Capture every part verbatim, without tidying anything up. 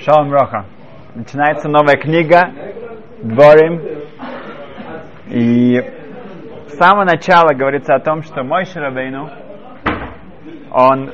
Шалом Роха. Начинается новая книга Дворим. И с самого начала говорится о том, что Моше Рабейну, он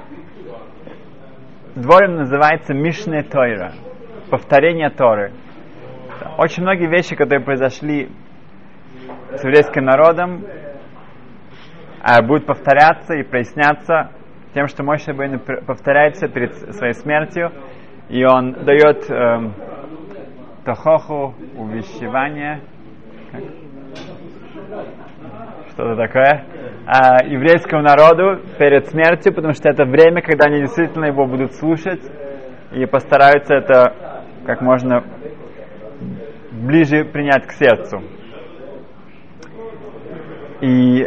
Дворим называется Мишне Тойра, повторение Торы. Очень многие вещи, которые произошли с еврейским народом, будут повторяться и проясняться тем, что Моше Рабейну повторяется перед своей смертью, и он дает эм, тохоху, увещевание, как? Что-то такое, э, еврейскому народу перед смертью, потому что это время, когда они действительно его будут слушать и постараются это как можно ближе принять к сердцу. И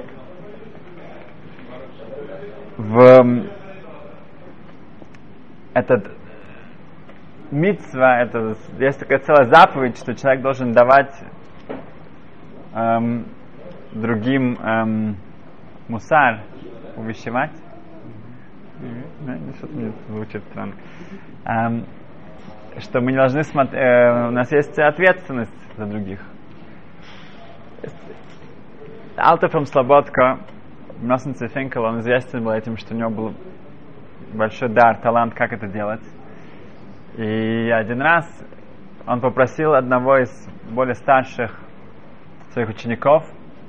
в этот мицва, это есть такая целая заповедь, что человек должен давать эм, другим эм, мусар, увещевать. Mm-hmm. Что-то мне звучит странно. Эм, что мы не должны смотреть, э, у нас есть ответственность за других. Алтер фром Слободка, Носенце Финкел, он известен был этим, что у него был большой дар, талант, как это делать. И один раз он попросил одного из более старших своих учеников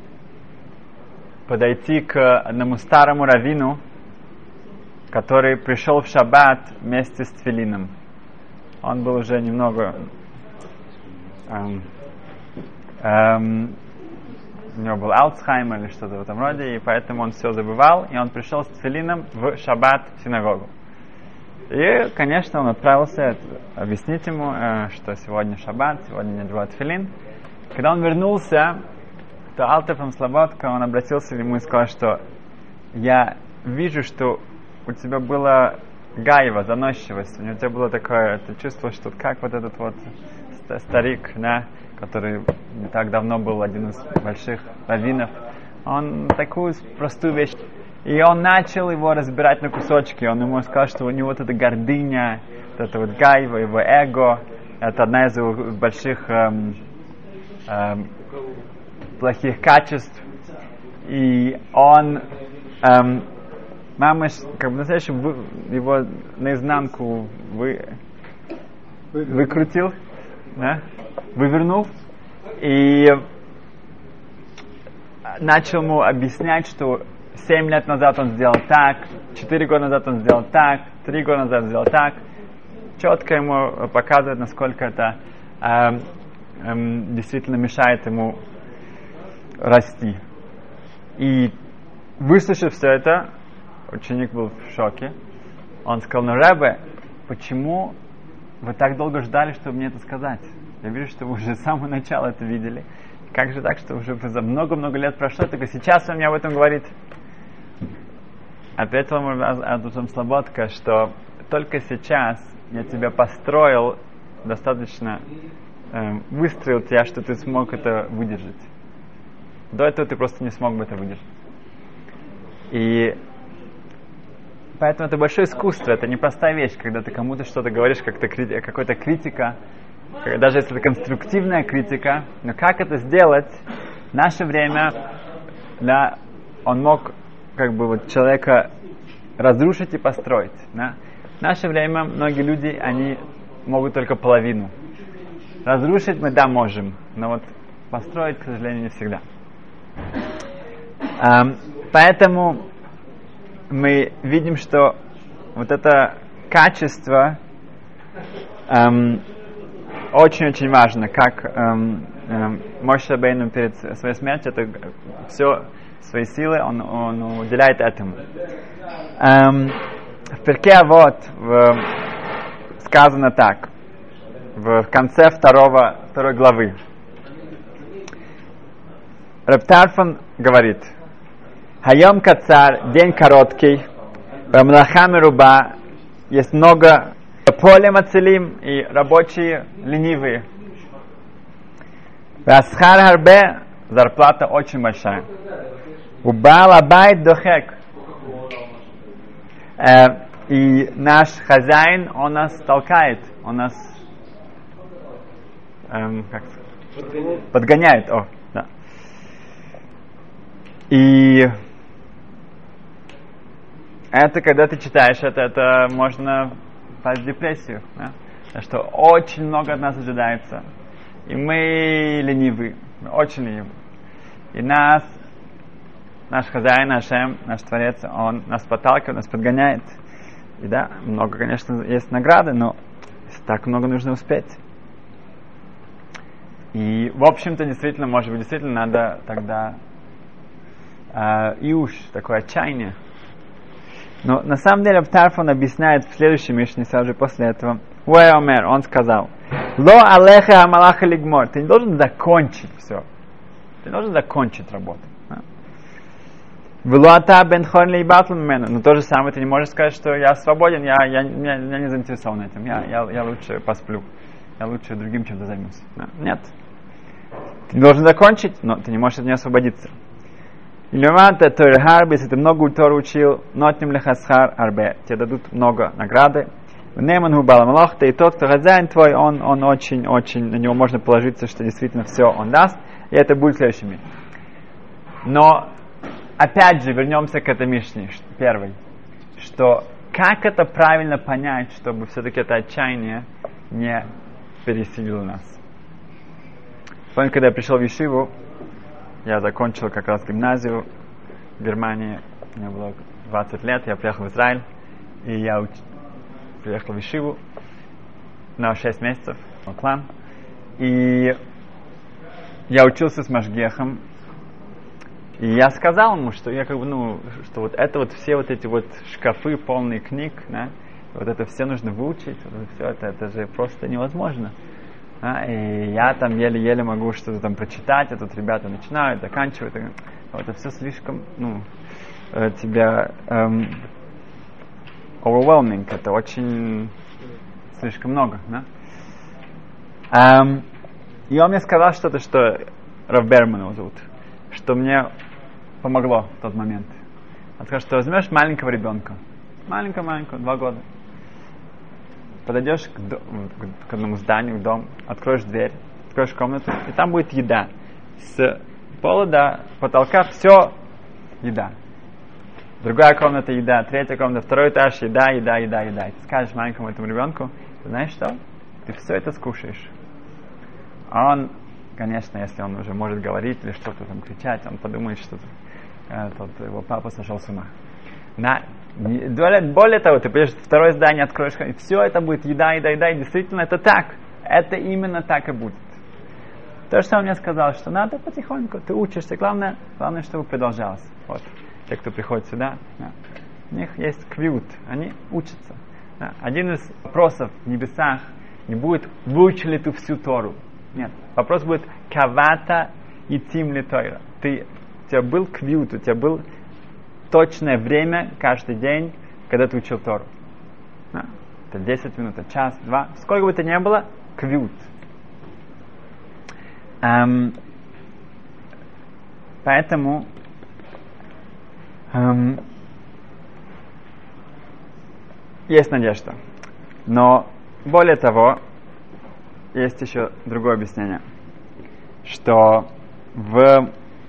подойти к одному старому раввину, который пришел в шаббат вместе с тфилином. Он был уже немного... Эм, эм, у него был Альцхаймер или что-то в этом роде, и поэтому он все забывал, и он пришел с тфилином в шаббат в синагогу. И, конечно, он отправился объяснить ему, э, что сегодня шаббат, сегодня нет два тфилин. Когда он вернулся, то Алтер фром Слободка, он обратился к нему и сказал, что я вижу, что у тебя была гаева, заносчивость, у тебя было такое, ты чувствовал, что как вот этот вот старик, да, который не так давно был один из больших раввинов, он такую простую вещь. И он начал его разбирать на кусочки. Он ему сказал, что у него вот эта гордыня, вот это вот гайва, его эго, это одна из его больших эм, эм, плохих качеств. И он эм, мамыш, как бы настоящий, его наизнанку вы, выкрутил, да? Вывернул. И начал ему объяснять, что Семь лет назад он сделал так, четыре года назад он сделал так, три года назад сделал так. Четко ему показывает, насколько это э, э, действительно мешает ему расти. И выслушав все это, ученик был в шоке. Он сказал: ну, Ребе, почему вы так долго ждали, чтобы мне это сказать? Я вижу, что вы уже с самого начала это видели. Как же так, что уже за много-много лет прошло, только сейчас вы мне об этом говорите? Ответил ему Алтер Слободка, что только сейчас я тебя построил, достаточно э, выстроил тебя, что ты смог это выдержать. До этого ты просто не смог бы это выдержать. И поэтому это большое искусство, это непростая вещь, когда ты кому-то что-то говоришь, как-то крити- какая-то критика, даже если это конструктивная критика, но как это сделать? В наше время, да, он мог как бы вот человека разрушить и построить. Да? В наше время многие люди, они могут только половину. Разрушить мы, да, можем, но вот построить, к сожалению, не всегда. Um, поэтому мы видим, что вот это качество um, очень-очень важно, как эм, эм, Моше Рабейну перед своей смертью, это все свои силы он, он уделяет этому. Эм, в Перке Авот в, сказано так, в конце второго, второй главы. Реб Тарфон говорит: Хайом кацар, день короткий, вамлаха меруба, есть много поле мацелим и рабочие ленивые. Васхар харбе, зарплата очень большая. Убал абайт дохек. И наш хозяин, он нас толкает, он нас эм, как подгоняет. подгоняет. О, да. И это, когда ты читаешь это, это можно впасть в депрессию. Да? Потому что очень много от нас ожидается. И мы ленивы, мы очень ленивы. И нас, наш хозяин, Ашем, наш Творец, он нас подталкивает, нас подгоняет. И да, много, конечно, есть награды, но так много нужно успеть. И, в общем-то, действительно, может быть, действительно надо тогда э, и уж такое отчаяние. Но на самом деле Тарфон объясняет в следующем мишне, сразу же после этого. Уэомер, он сказал: Ло алеха амалаха лигмор. Ты не должен закончить все. Ты должен закончить работу. Влуата бен хорли и батлмену. Но то же самое ты не можешь сказать, что я свободен, я, я, я, я не заинтересован этим. Я, я, я лучше посплю. Я лучше другим чем-то займусь. Нет. Ты должен закончить, но ты не можешь от нее освободиться. Илюманта торхарби, если ты много Тору учил, нотним лехасхар арбе. Тебе дадут много награды. Неман губала малахта, и тот, кто хозяин твой, он, он очень-очень, на него можно положиться, что действительно все он даст, и это будет следующими. Но, опять же, вернемся к этой мишне, первой, что как это правильно понять, чтобы все-таки это отчаяние не переселило нас. Помню, когда я пришел в Ешиву, я закончил как раз гимназию в Германии, мне было двадцать лет, я приехал в Израиль, и я уч... приехал в Ешиву на шесть месяцев, в клан, и я учился с Машгехом, и я сказал ему, что я как бы, ну, что вот это вот все вот эти вот шкафы, полные книг, да, вот это все нужно выучить, вот все это, это же просто невозможно. А, и я там еле-еле могу что-то там прочитать, а тут ребята начинают, заканчивают. И, это все слишком, ну, тебя эм, overwhelming, это очень слишком много, да? Эм, и он мне сказал что-то, что Рав Берман его зовут, что мне помогло в тот момент. Он сказал, что возьмешь маленького ребенка, маленького-маленького, два года, подойдешь к, до, к, к одному зданию, в дом, откроешь дверь, откроешь комнату, и там будет еда. С пола до потолка все еда. Другая комната еда, третья комната, второй этаж еда, еда, еда, еда. И ты скажешь маленькому этому ребенку, знаешь что? Ты все это скушаешь. А он, конечно, если он уже может говорить или что-то там кричать, он подумает, что э, тот, его папа сошел с ума. На, не, более того, ты пойдешь в второе здание, откроешь, и все это будет еда, еда, еда, и действительно это так. Это именно так и будет. То, что он мне сказал, что надо потихоньку, ты учишься, главное, главное, чтобы продолжалось. Вот. Те, кто приходит сюда, да, у них есть квют, они учатся. Да. Один из вопросов в небесах не будет, выучил ли ты всю Тору. Нет. Вопрос будет, кавата и тим ли Тора. Ты, у тебя был квют, у тебя был точное время каждый день, когда ты учил Тору. Да. Это десять минут, час, два. Сколько бы это ни было, квют. Эм, поэтому эм, есть надежда. Но более того, есть еще другое объяснение, что в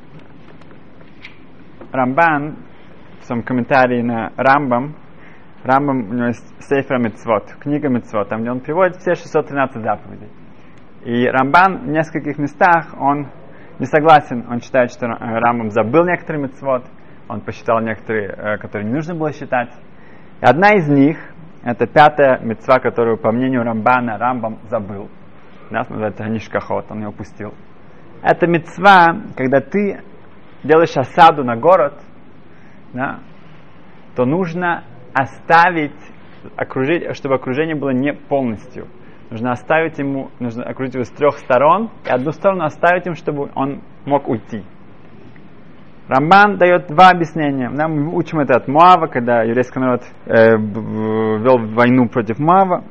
Рамбан, в своем комментарии на Рамбам, Рамбам, у него есть Сейфер Мицвот, книга Мицвот, там где он приводит все шестьсот тринадцать заповедей. И Рамбан в нескольких местах, он не согласен, он считает, что Рамбам забыл некоторые мицвот, он посчитал некоторые, которые не нужно было считать. И одна из них, это пятая мицва, которую, по мнению Рамбана, Рамбам забыл. Да, называется Ганишкахот, он ее упустил. Это мицва, когда ты делаешь осаду на город, да, то нужно оставить, окружить, чтобы окружение было не полностью. Нужно оставить ему, нужно окружить его с трех сторон, и одну сторону оставить им, чтобы он мог уйти. Рамбан дает два объяснения. Да, мы учим это от Моава, когда еврейский народ э, вел войну против Моава.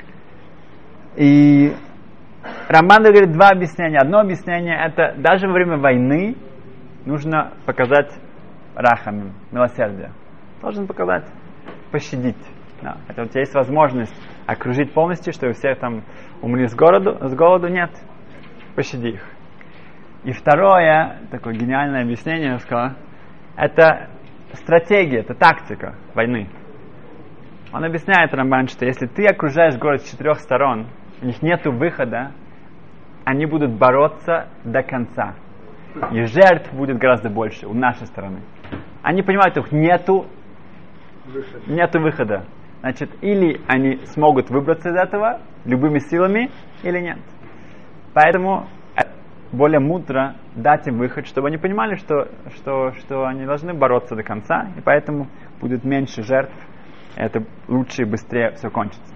И Рамбан говорит два объяснения. Одно объяснение, это даже во время войны нужно показать рахамим, милосердие. Должен показать, пощадить. Да. Это у тебя есть возможность окружить полностью, чтобы все там умерли с голоду, с голоду нет. Пощади их. И второе, такое гениальное объяснение, я сказал, это стратегия, это тактика войны. Он объясняет, Рамбан, что если ты окружаешь город с четырех сторон, у них нет выхода, они будут бороться до конца. И жертв будет гораздо больше у нашей стороны. Они понимают, что нету, нету выхода. Значит, или они смогут выбраться из этого любыми силами, или нет. Поэтому более мудро дать им выход, чтобы они понимали, что, что, что они должны бороться до конца, и поэтому будет меньше жертв, это лучше и быстрее все кончится.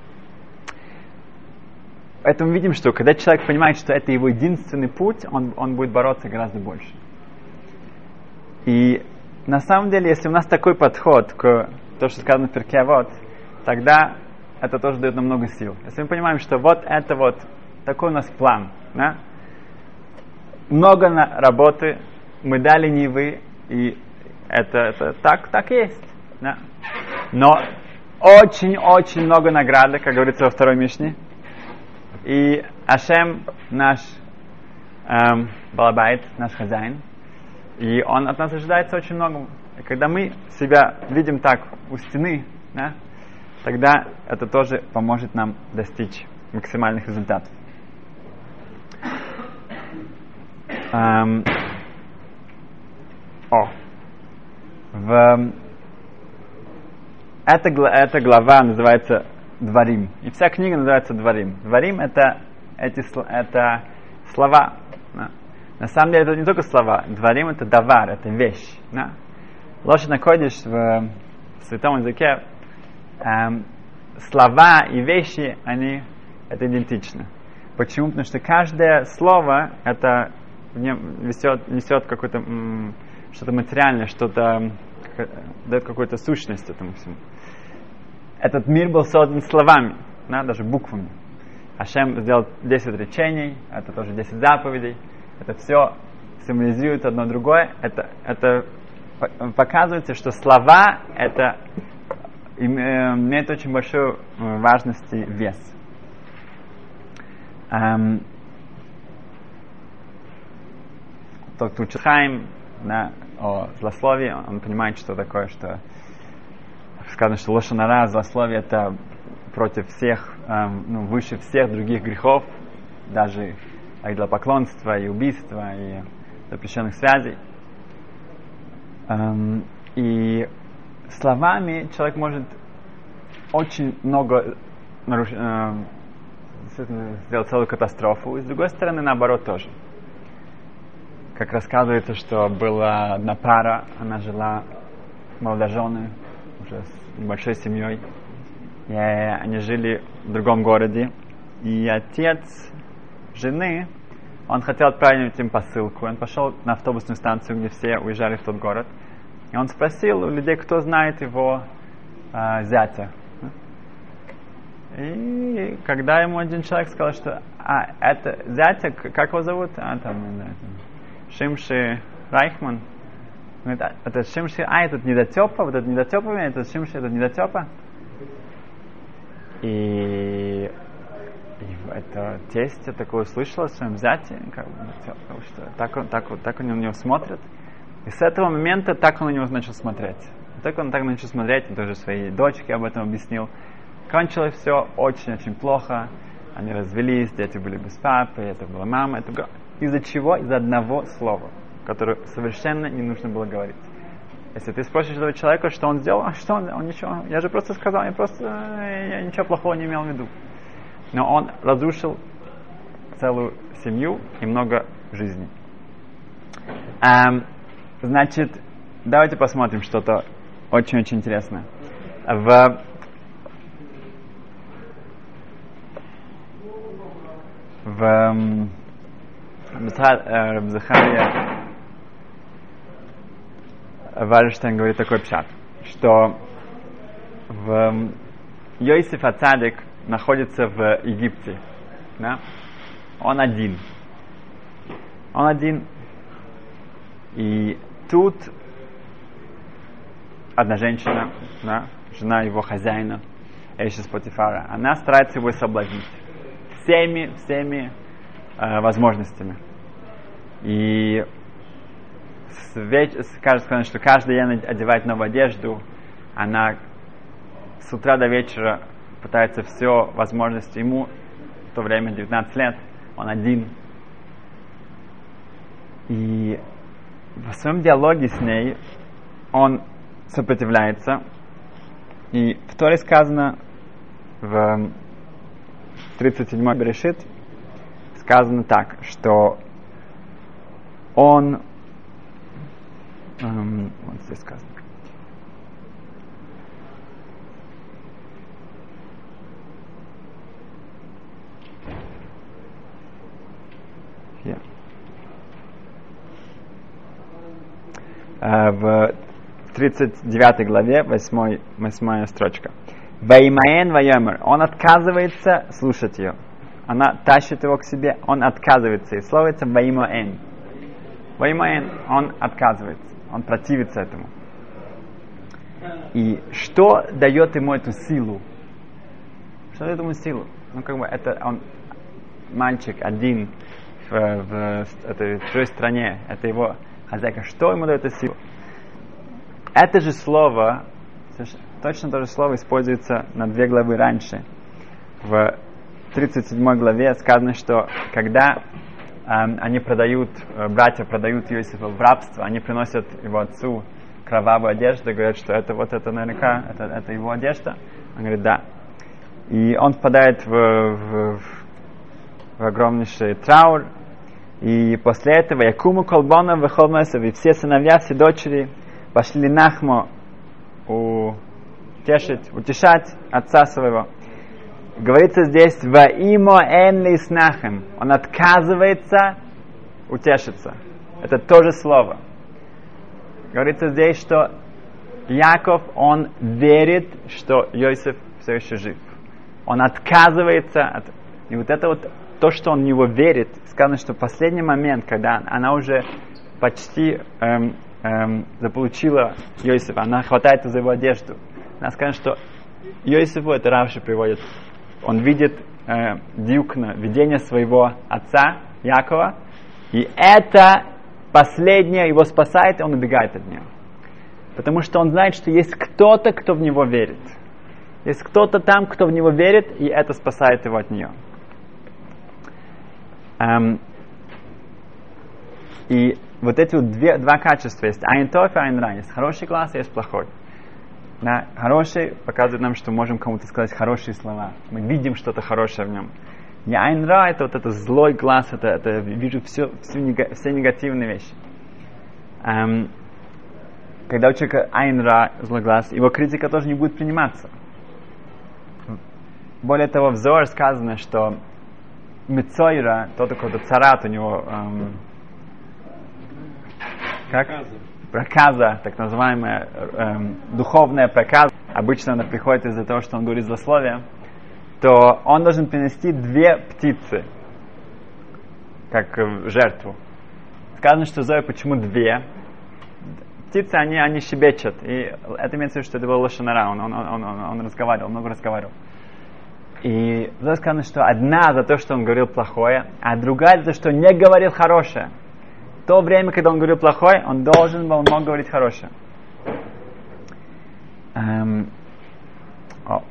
Поэтому видим, что когда человек понимает, что это его единственный путь, он, он будет бороться гораздо больше. И на самом деле, если у нас такой подход к тому, что сказано в Перкей Авот, тогда это тоже дает нам много сил. Если мы понимаем, что вот это вот, такой у нас план, да? Много на работы, мы дали Нивы, и это, это так, так есть. Да? Но очень-очень много награды, как говорится во второй Мишне. И Ашем, наш эм, балабайт, наш хозяин, и он от нас ожидается очень многому. И когда мы себя видим так у стены, да, тогда это тоже поможет нам достичь максимальных результатов. Эм, о, в, эта, эта глава называется Дварим. И вся книга называется Дварим. Дварим это, эти, это слова. Да. На самом деле это не только слова. Дварим это давар, это вещь. Да. Лошадь находишь в, в святом языке. Эм, слова и вещи, они это идентичны. Почему? Потому что каждое слово это в нем несет, несет какое-то м, что-то материальное, что-то дает какую-то сущность этому всему. Этот мир был создан словами, да, даже буквами. Ашем сделал десять речений, это тоже десять заповедей. Это все символизирует одно другое. Это, это показывается, что слова это имеют очень большую важность и вес. Эм, Тот, кто учит Хаим, да, о злословии, он понимает, что такое, что сказано, что лошон ара, злословие, это против всех, эм, ну, выше всех других грехов, даже идолопоклонства и убийства, и запрещенных связей. Эм, и словами человек может очень много наруш... э, сделать целую катастрофу, и с другой стороны, наоборот, тоже. Как рассказывается, что была одна пара, она жила молодожены, уже с большой семьей. И они жили в другом городе. И отец жены, он хотел отправить им посылку. Он пошел на автобусную станцию, где все уезжали в тот город. И он спросил у людей, кто знает его э, зятя. И когда ему один человек сказал, что а, это зятя, как его зовут? А, там, не знаю, Шимши Райхман. Говорит, а, это Шимши, а, этот недотепа, вот этот недотепа, этот Шимши, этот недотепа. И, и это тесть такое услышала в своем зяте, как бы, что так он, так, вот, так он на него смотрит. И с этого момента так он на него начал смотреть. И так он так начал смотреть, и тоже своей дочке об этом объяснил. Кончилось все очень-очень плохо. Они развелись, дети были без папы, это была мама. Это было... Из-за чего? Из-за одного слова, которое совершенно не нужно было говорить. Если ты спросишь этого человека, что он сделал, а что он, он ничего, я же просто сказал, я просто я ничего плохого не имел в виду. Но он разрушил целую семью и много жизней. Эм, значит, давайте посмотрим что-то очень-очень интересное. В в Раб Захария Вайерштейн говорит такой пшат, что в Йосеф ха-Цадик находится в Египте, да? Он один. Он один. И тут одна женщина, да, жена его хозяина, Эйшес Потифара, она старается его соблазнить всеми, всеми э, возможностями. И кажется, что каждый день одевает новую одежду, она с утра до вечера пытается все возможности. Ему в то время девятнадцать лет, он один. И в своем диалоге с ней он сопротивляется. И в Торе сказано, в тридцать седьмой Берешит, сказано так, что он, эм, вот здесь сказано, yeah. uh, в тридцать девятой главе, восьмой, восьмая строчка. Ваимаэн вайомер, он отказывается слушать ее. Она тащит его к себе, он отказывается. И слово это ваимаэн. Ваимаэн, он отказывается, он противится этому. И что дает ему эту силу? Что дает ему силу? Ну, как бы, это он мальчик один в, в этой чужой стране, это его хозяйка. Что ему дает эту силу? Это же слово, точно то же слово используется на две главы раньше. В тридцать седьмой главе сказано, что когда эм, они продают, э, братья продают Иосифа в рабство, они приносят его отцу кровавую одежду и говорят, что это вот это наверняка, это, это его одежда. Он говорит, да. И он впадает в, в, в огромнейший траур. И после этого Якуму Колбона Вехолмесов, и все сыновья, все дочери пошли Нахмо утешить, утешать отца своего. Говорится здесь «Ва имо эн ли снахем». Он отказывается утешиться. Это тоже слово. Говорится здесь, что Яков, он верит, что Йосеф все еще жив. Он отказывается от... И вот это вот, то, что он в него верит, сказано, что в последний момент, когда она уже почти эм, эм, заполучила Йосифа, она хватается за его одежду. Она скажет, что Йосифу, это Равши приводит, он видит э, дюкна, видение своего отца Якова, и это последнее его спасает, и он убегает от нее. Потому что он знает, что есть кто-то, кто в него верит. Есть кто-то там, кто в него верит, и это спасает его от нее. Эм, и вот эти вот две, два качества есть. Айн тоф и айн ра. Есть хороший глаз, есть плохой. Да, хороший показывает нам, что можем кому-то сказать хорошие слова. Мы видим что-то хорошее в нем. И айн ра — это вот это злой глаз, это, это вижу все, все, нега, все негативные вещи. Эм, когда у человека айн ра, злой глаз, его критика тоже не будет приниматься. Более того, в Зоар сказано, что Мицойра, тот такой-то царат у него, эм, как? Проказа, так называемая эм, духовная проказа, обычно она приходит из-за того, что он говорит злословие, то он должен принести две птицы, как в жертву. Сказано, что Зоя, почему две? Птицы, они, они щебечут, и это имеется в виду, что это был лошон ара, он, он, он, он, он разговаривал, много разговаривал. И Зоя сказано, что одна за то, что он говорил плохое, а другая за то, что не говорил хорошее. В то время, когда он говорил плохое, он должен был, мог говорить хорошее. Эм, о.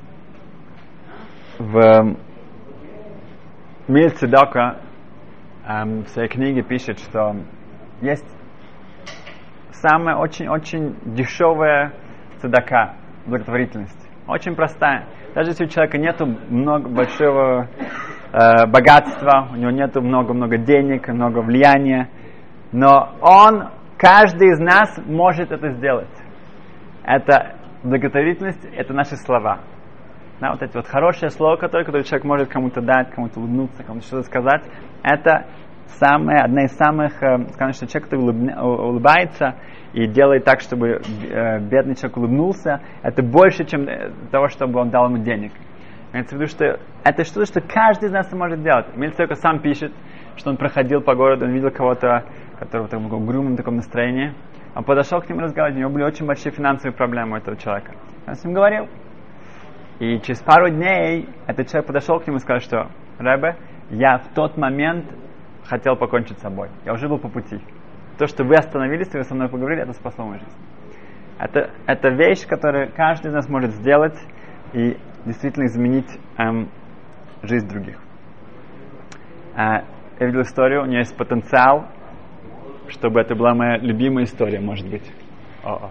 В Миль Цедока эм, в своей книге пишет, что есть самая очень-очень дешевая цедака, благотворительность. Очень простая. Даже если у человека нету много большого э, богатства, у него нету много-много денег, много влияния, но он, каждый из нас может это сделать. Это благотворительность, это наши слова. Да, вот эти вот хорошие слова, которые, которые человек может кому-то дать, кому-то улыбнуться, кому-то что-то сказать, это самое, одна из самых, э, скажем, что человек, который улыбня, улыбается и делает так, чтобы э, бедный человек улыбнулся, это больше, чем того, чтобы он дал ему денег. Имеется в виду, что это что-то, что каждый из нас может делать. Миль Цедока сам пишет, что он проходил по городу, он видел кого-то, который в таком угрюмом таком настроении. Он подошел к нему разговаривать, у него были очень большие финансовые проблемы у этого человека. Он с ним говорил. И через пару дней этот человек подошел к нему и сказал, что Ребе, я в тот момент хотел покончить с собой. Я уже был по пути. То, что вы остановились, и вы со мной поговорили, это спасло мою жизнь. Это, это вещь, которую каждый из нас может сделать и действительно изменить эм, жизнь других. Э, я видел историю, у нее есть потенциал, чтобы это была моя любимая история, может быть. О-о.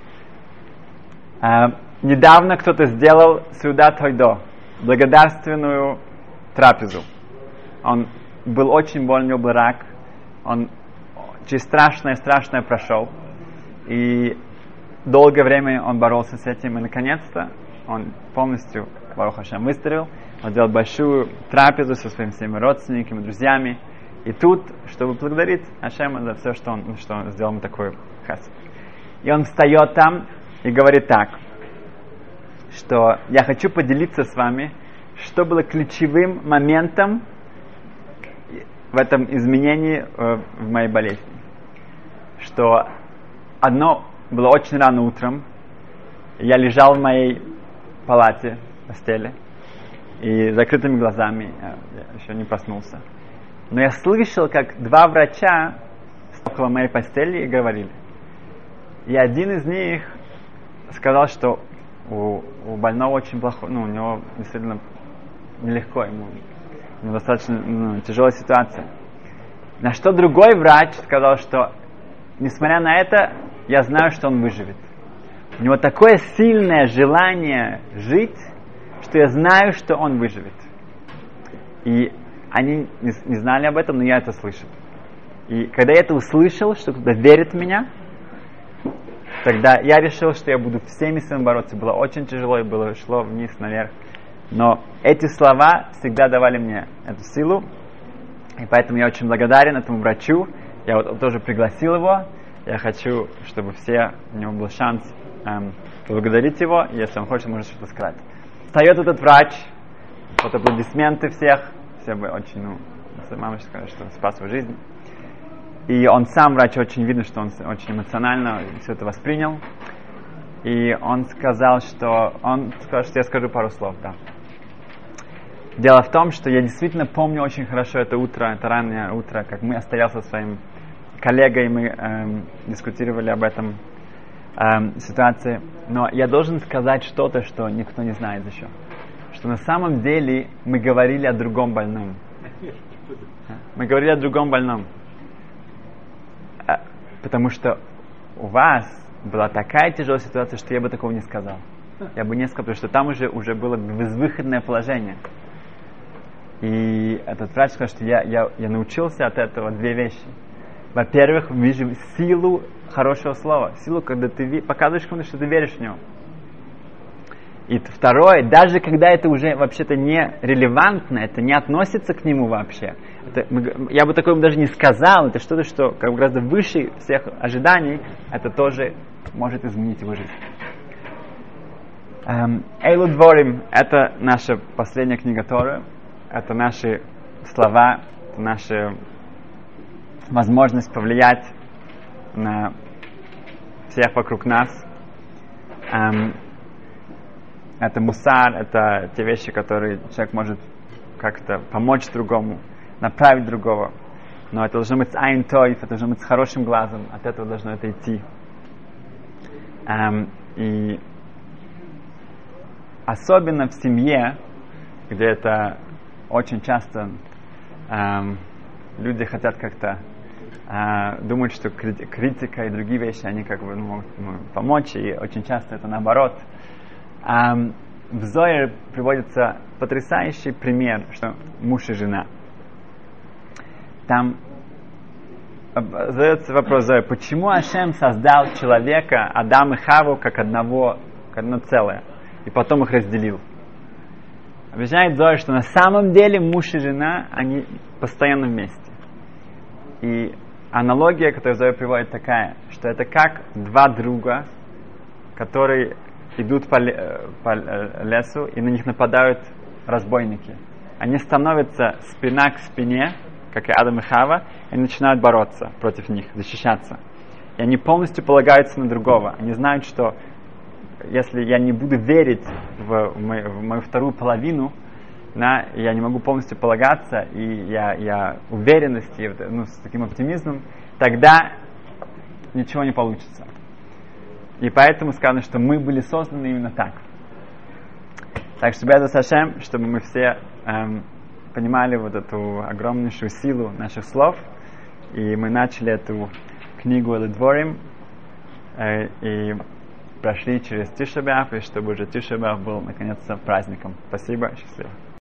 Э, недавно кто-то сделал сюда тойдо, благодарственную трапезу. Он был очень болен, у него был рак. Он через страшное-страшное прошел. И долгое время он боролся с этим. И наконец-то он полностью, Барух Ашем, выздоровел. Он сделал большую трапезу со своими всеми родственниками, друзьями. И тут, чтобы благодарить Ашема за все, что он, что он сделал ему такой хесед. И он встает там и говорит так, что я хочу поделиться с вами, что было ключевым моментом в этом изменении э, в моей болезни. Что одно было очень рано утром, я лежал в моей палате, в постели, и с закрытыми глазами, я, я еще не проснулся. Но я слышал, как два врача около моей постели и говорили. И один из них сказал, что у, у больного очень плохо, ну, у него действительно нелегко, ему, ему достаточно ну, тяжелая ситуация. На что другой врач сказал, что несмотря на это, я знаю, что он выживет. У него такое сильное желание жить, что я знаю, что он выживет. И они не, не знали об этом, но я это слышал. И когда я это услышал, что кто-то верит в меня, тогда я решил, что я буду всеми своими бороться. Было очень тяжело, и было шло вниз, наверх. Но эти слова всегда давали мне эту силу. И поэтому я очень благодарен этому врачу. Я вот тоже пригласил его. Я хочу, чтобы все, у него был шанс эм, поблагодарить его. Если он хочет, может что-то сказать. Встает этот врач. Вот аплодисменты всех. Все бы очень, ну, мама сказала, что спас его жизнь. И он сам, врач, очень видно, что он очень эмоционально все это воспринял. И он сказал, что он сказал, что я скажу пару слов, да. Дело в том, что я действительно помню очень хорошо это утро, это раннее утро, как мы стояли со своим коллегой, мы эм, дискутировали об этом эм, ситуации. Но я должен сказать что-то, что никто не знает еще. Что на самом деле мы говорили о другом больном. Мы говорили о другом больном. Потому что у вас была такая тяжелая ситуация, что я бы такого не сказал. Я бы не сказал, потому что там уже, уже было безвыходное положение. И этот врач сказал, что я, я, я научился от этого две вещи. Во-первых, вижу силу хорошего слова. Силу, когда ты показываешь кому-то, что ты веришь в него. И второе, даже когда это уже вообще-то не релевантно, это не относится к нему вообще. Это, я бы такое даже не сказал, это что-то, что как бы гораздо выше всех ожиданий, это тоже может изменить его жизнь. Эйлу Дворим, это наша последняя книга Торы, это наши слова, это наша возможность повлиять на всех вокруг нас. Um, это мусар, это те вещи, которые человек может как-то помочь другому, направить другого. Но это должно быть айн тойф, это должно быть с хорошим глазом, от этого должно это идти. Um, и особенно в семье, где это очень часто um, люди хотят как-то uh, думать, что критика и другие вещи, они как бы ну, могут ну, помочь, и очень часто это наоборот. Um, в Зояре приводится потрясающий пример, что муж и жена. Там задается вопрос Зоя, почему Ашем создал человека, Адам и Хаву, как одного, как одно целое, и потом их разделил? Объясняет Зоя, что на самом деле муж и жена, они постоянно вместе. И аналогия, которую Зоя приводит, такая, что это как два друга, которые идут по, по лесу, и на них нападают разбойники. Они становятся спина к спине, как и Адам и Хава, и начинают бороться против них, защищаться. И они полностью полагаются на другого. Они знают, что если я не буду верить в, в, мою, в мою вторую половину, да, я не могу полностью полагаться, и я, я уверенности, ну, с таким оптимизмом, тогда ничего не получится. И поэтому сказано, что мы были созданы именно так. Так что Безрат Ашем, чтобы мы все эм, понимали вот эту огромнейшую силу наших слов, и мы начали эту книгу Эле Дворим, э, и прошли через Тиша б'Ав, и чтобы уже Тиша б'Ав был наконец-то праздником. Спасибо, счастливо.